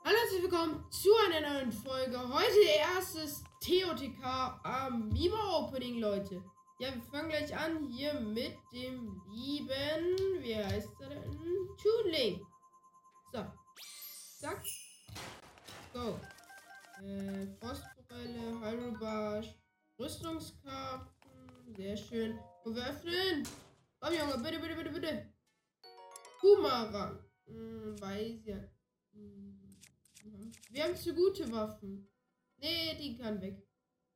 Hallo, herzlich willkommen zu einer neuen Folge. Heute erstes TOTK Amiibo Opening, Leute. Ja, wir fangen gleich an hier mit dem lieben, wie heißt er denn? Toonlink. So, zack, go. Frostforelle, Hyrule-Barsch, Rüstungskarten, sehr schön. Und wir öffnen. Komm, Junge, bitte, bitte, bitte, bitte. Boomerang. Weiß ja. Wir haben zu gute Waffen. Nee, die kann weg.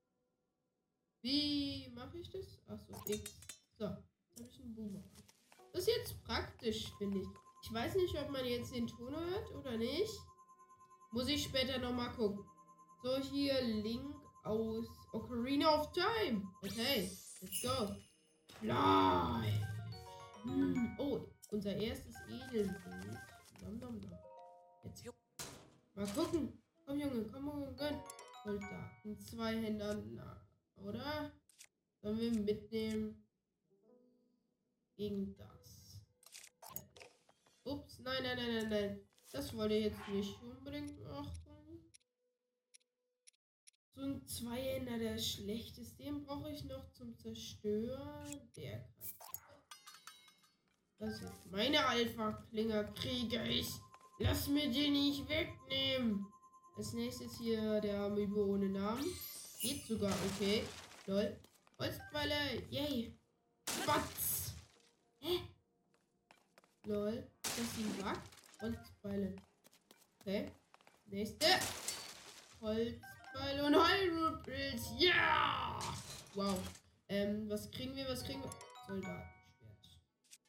Wie mache ich das? Achso, X. So, jetzt habe ich einen Boomerang. Das ist jetzt praktisch, finde ich. Ich weiß nicht, ob man jetzt den Ton hört oder nicht. Muss ich später nochmal gucken. So, hier Link aus Ocarina of Time. Okay, let's go. Fly. Oh, unser erstes Edelbild. Nom, nom, nom. Jetzt mal gucken. Komm, Junge, komm, gönn. Soldaten, zwei Händer, na, oder? Sollen wir mitnehmen? Gegen das. Ups, nein, nein, nein, nein, nein. Das wollte ich jetzt nicht unbedingt machen. So ein Zweihänder, der ist schlechteste. Den brauche ich noch zum Zerstören. Der kann. Das ist jetzt meine Alpha-Klinger-Krieger. Lass mir den nicht wegnehmen. Als nächstes hier der Amiibo ohne Namen. Geht sogar, okay. Lol. Holzbeile, yay. Batz. Hä? Lol. Das ist ein Bug. Holzbeile. Okay. Nächste. Holzbeile und Hyrule-Pilz. Ja! Wow. Was kriegen wir? Soldatenschwert.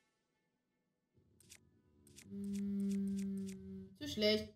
Zu schlecht.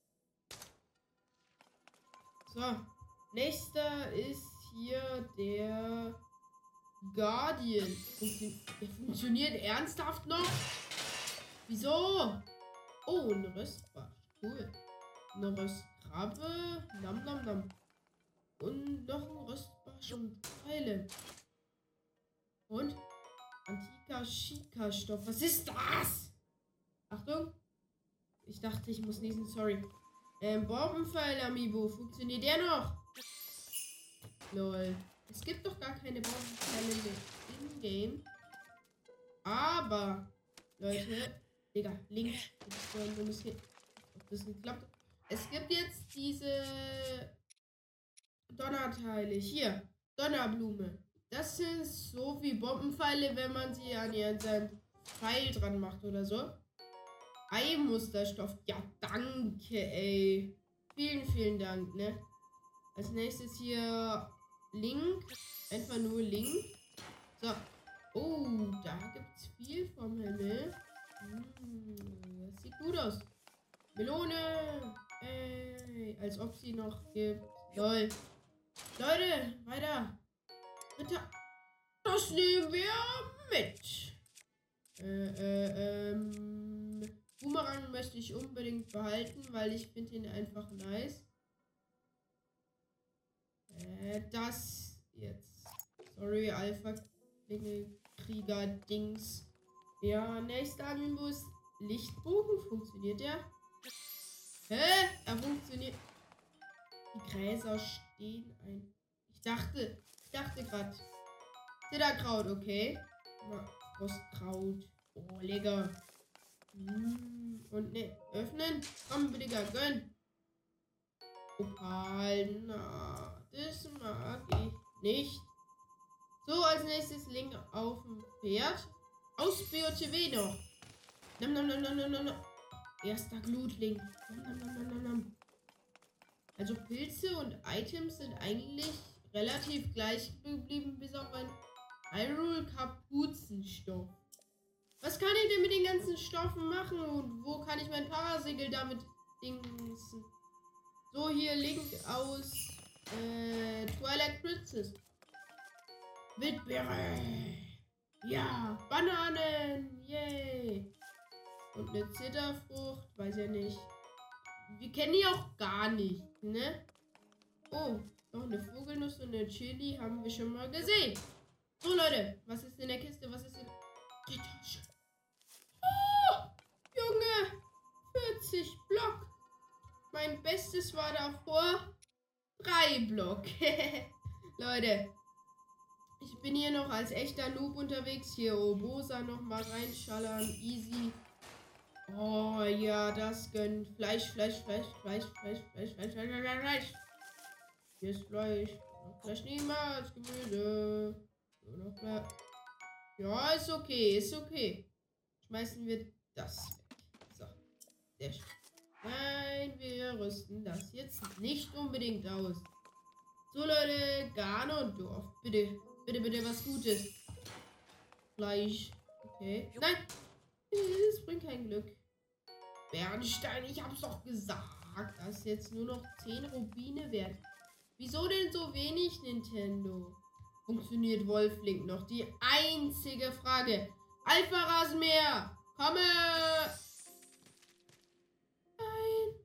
So. Nächster ist hier der Guardian. Der funktioniert ernsthaft noch? Wieso? Oh, ein Röstbarsch. Cool. Eine Röstkrabbe. Nam, nam, nam. Und noch ein Röstbarsch und Pfeile. Und antiker Schika-Stoff. Was ist das? Achtung. Ich dachte, ich muss niesen. Sorry. Bombenpfeil Amiibo. Funktioniert der noch? Lol. Es gibt doch gar keine Bombenpfeile mehr in-game. Aber, Leute, Digga, Link. Ob das geklappt hat. Es gibt jetzt diese Donnerteile. Hier, Donnerblume. Das sind so wie Bombenpfeile, wenn man sie an ihren Pfeil dran macht oder so. Eimusterstoff. Ja, danke, ey. Vielen, vielen Dank, ne? Als nächstes hier Link. Einfach nur Link. So. Oh, da gibt's viel vom Himmel. Das sieht gut aus. Melone. Ey, als ob sie noch gibt. Lol. Leute, weiter. Bitte. Das nehmen wir mit. Boomerang möchte ich unbedingt behalten, weil ich finde ihn einfach nice. Das jetzt. Sorry, Alpha Krieger Dings. Ja, nächster Amiibo ist Lichtbogen. Funktioniert der? Hä? Er funktioniert. Die Gräser stehen ein. Ich dachte gerade. Zitterkraut, okay. Frostkraut. Oh, lecker. Und ne, öffnen. Komm, bitte, gönn. Opal, na, das mag ich nicht. So, als nächstes Link auf dem Pferd. Aus BOTW noch. Nam, nam, nam, nam, nam, nam, nam. Erster Glutlink. Nam, nam, nam, nam, nam, nam. Also Pilze und Items sind eigentlich relativ gleich geblieben, bis auf ein Hyrule Kapuzenstoff. Was kann ich denn mit den ganzen Stoffen machen und wo kann ich mein Parasegel damit dingsen? So, hier Link aus Twilight Princess. Wildbeere. Ja, Bananen. Yay. Und eine Zitterfrucht. Weiß ja nicht. Wir kennen die auch gar nicht, ne? Oh, noch eine Vogelnuss und eine Chili haben wir schon mal gesehen. So, Leute, was ist in der Kiste? Was ist in die Tasche? Oh, Junge, 40 Block. Mein Bestes war davor 3 Block. Leute, ich bin hier noch als echter Noob unterwegs. Hier Obosa noch mal reinschallern. Easy. Oh ja, das gönnt. Fleisch. Hier ist Fleisch. Noch Fleisch niemals. Gemüse. Nur noch Fleisch. Ja, ist okay. Schmeißen wir das weg. So, sehr schön. Nein, wir rüsten das jetzt nicht unbedingt aus. So, Leute, Ganondorf. Bitte, was Gutes. Fleisch. Okay. Nein! Es bringt kein Glück. Bernstein, ich hab's doch gesagt, dass jetzt nur noch 10 Rubine wert. Wieso denn so wenig, Nintendo? Funktioniert Wolflink noch? Die einzige Frage. Alpha Rasenmäher! Komme! Nein,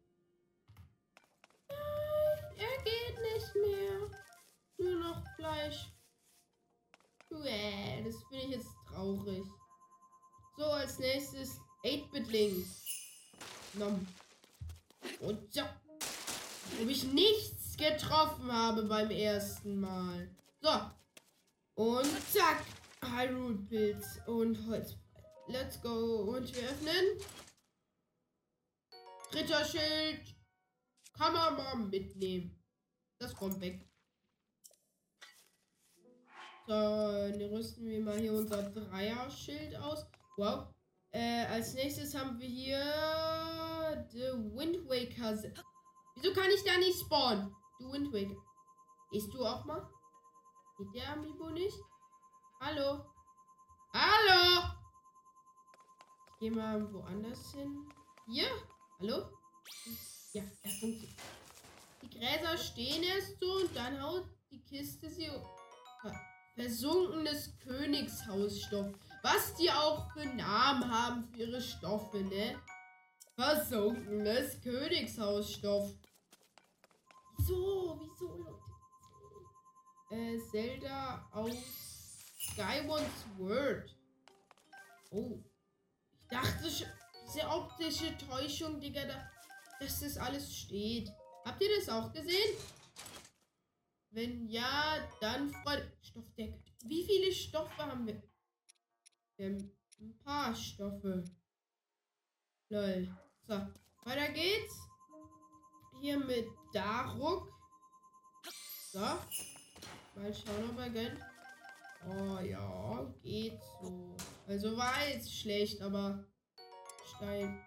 er geht nicht mehr. Nur noch Fleisch. Das finde ich jetzt traurig. So, als nächstes 8-Bit-Link. Und so. Ob ich nichts getroffen habe beim ersten Mal. So. Und zack. Hyrule-Pilz und Holz. Let's go. Und wir öffnen. Ritterschild. Kann man mal mitnehmen. Das kommt weg. So, dann rüsten wir mal hier unser Dreier-Schild aus. Wow. Als nächstes haben wir hier The Wind Waker. Wieso kann ich da nicht spawnen? The Wind Waker. Gehst du auch mal? Geht der Amiibo nicht? Hallo? Hallo? Ich gehe mal woanders hin. Hier? Hallo? Ja, er funktioniert. Die Gräser stehen erst so und dann haut die Kiste sie. Versunkenes Königshausstoff. Was die auch für Namen haben für ihre Stoffe, ne? Versunkenes Königshausstoff. Wieso, Leute? Zelda aus Skyward Sword. Oh. Ich dachte schon, diese optische Täuschung, Digga, dass das alles steht. Habt ihr das auch gesehen? Wenn ja, dann freut... Stoffdeckel. Wie viele Stoffe haben wir? Wir haben ein paar Stoffe. Lol. So, weiter geht's. Hier mit Daruk. So. Mal schauen, ob er gönnt. Oh ja, geht so. Also war jetzt schlecht, aber Stein.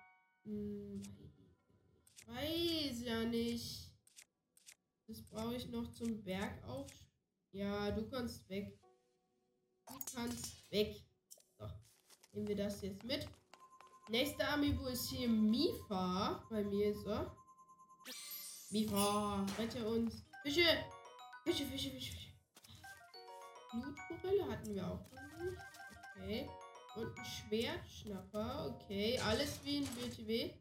Ich weiß ja nicht. Das brauche ich noch zum Berg auf. Ja, du kannst weg. Du kannst weg. So, nehmen wir das jetzt mit. Nächster Amiibo ist hier Mifa. Bei mir ist er. Mifa, rette uns. Fische. Blutforelle hatten wir auch noch nicht. Okay. Und ein Schwertschnapper. Okay, alles wie in BTW.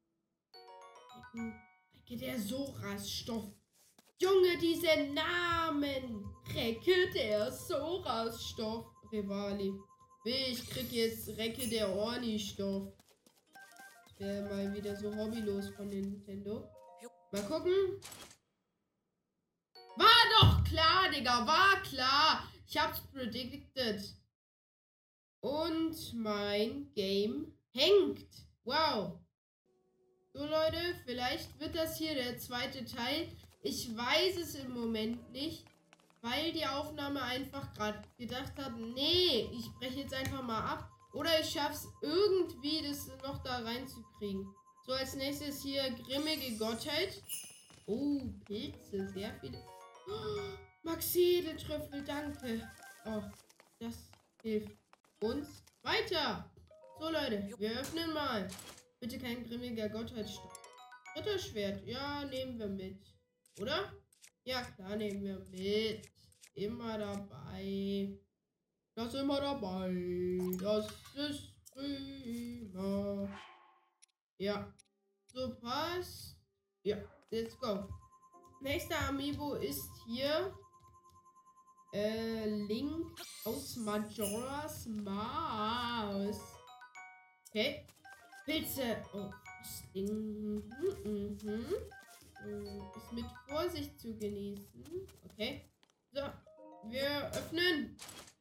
Der Soras-Stoff. Junge, diese Namen. Recke der Soras-Stoff. Rivali. Ich krieg jetzt Recke der Orni-Stoff. Das wäre mal wieder so hobbylos von Nintendo. Mal gucken. War doch klar, Digga. War klar. Ich hab's predicted. Und mein Game hängt. Wow. So, Leute, vielleicht wird das hier der zweite Teil. Ich weiß es im Moment nicht, weil die Aufnahme einfach gerade gedacht hat, nee, ich breche jetzt einfach mal ab. Oder ich schaff's irgendwie, das noch da reinzukriegen. So, als nächstes hier grimmige Gottheit. Oh, Pilze, sehr viele. Oh, Maxedeltrüffel, danke. Oh, das hilft uns weiter. So, Leute, wir öffnen mal. Bitte kein grimmiger Gottheitsstoff. Ritterschwert, ja, nehmen wir mit. Oder? Ja, klar, nehmen wir mit. Immer dabei. Das ist immer dabei. Das ist prima. Ja. So, passt. Ja, let's go. Nächster Amiibo ist hier Link aus Majora's Mask. Okay. Pilze. Oh, Ding. ist mit Vorsicht zu genießen. Okay. So, wir öffnen.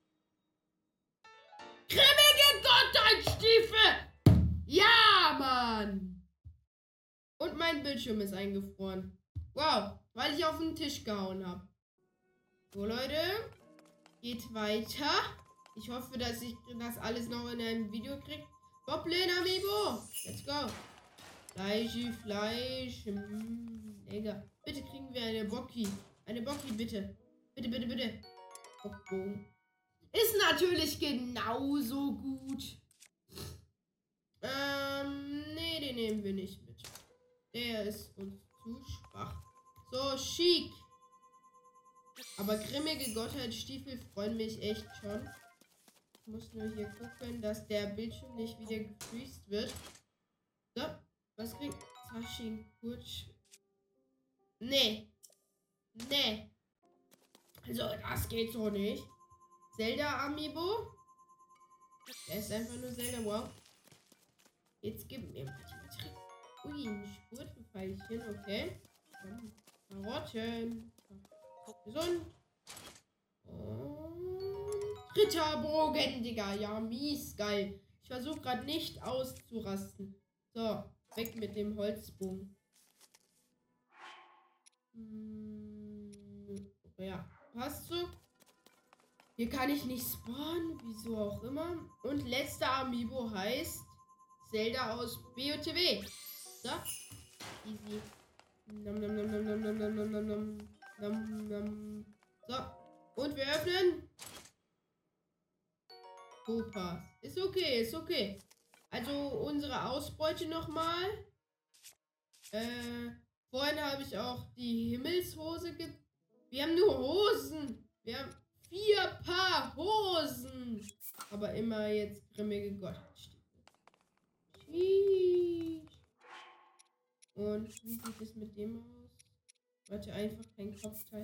Grimmige Gottheitsstiefel! Ja, Mann! Und mein Bildschirm ist eingefroren. Wow, weil ich auf den Tisch gehauen habe. So, Leute. Geht weiter. Ich hoffe, dass ich das alles noch in einem Video kriege. Boblin Amiibo. Let's go. Fleisch. Digga. Bitte kriegen wir eine Bocki. Eine Bocki, bitte. Bitte, bitte, bitte. Bockbogen. Ist natürlich genauso gut. Nee, den nehmen wir nicht mit. Der ist uns zu schwach. So, chic. Aber grimmige Gottheitsstiefel freuen mich echt schon. Ich muss nur hier gucken, dass der Bildschirm nicht wieder gefreezed wird. So, was kriegt Sashin Kurz? Nee. Nee. Also, das geht so nicht. Zelda Amiibo. Der ist einfach nur Zelda, wow. Jetzt gib mir mal die Trick. Ui, ein Spurtenpfeilchen, okay. Karotten. Gesund. Und Ritterbogen, Digga. Ja, mies geil. Ich versuche gerade nicht auszurasten. So, weg mit dem Holzbogen. Ja, passt so. Hier kann ich nicht spawnen, wieso auch immer. Und letzter Amiibo heißt Zelda aus BOTW. So, easy. Nom, nom, nom, nom, nom, nom, nom, nom, nom, nom, nom. So, und wir öffnen. Pass. Ist okay, ist okay. Also unsere Ausbeute nochmal. Vorhin habe ich auch die Himmelshose Wir haben nur Hosen. Wir haben 4 Paar Hosen. Aber immer jetzt grimmige Gottstiefel. Und wie sieht es mit dem aus? Warte, einfach kein Kopfteil.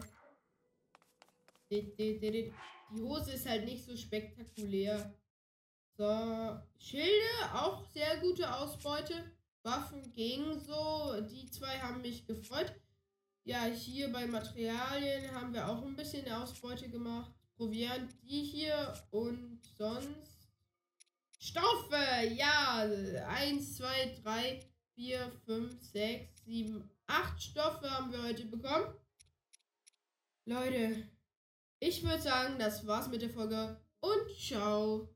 Die Hose ist halt nicht so spektakulär. So, Schilde, auch sehr gute Ausbeute. Waffen ging so. Die zwei haben mich gefreut. Ja, hier bei Materialien haben wir auch ein bisschen Ausbeute gemacht. Proviant die hier und sonst Stoffe. Ja, 1, 2, 3, 4, 5, 6, 7, 8 Stoffe haben wir heute bekommen. Leute, ich würde sagen, das war's mit der Folge und ciao.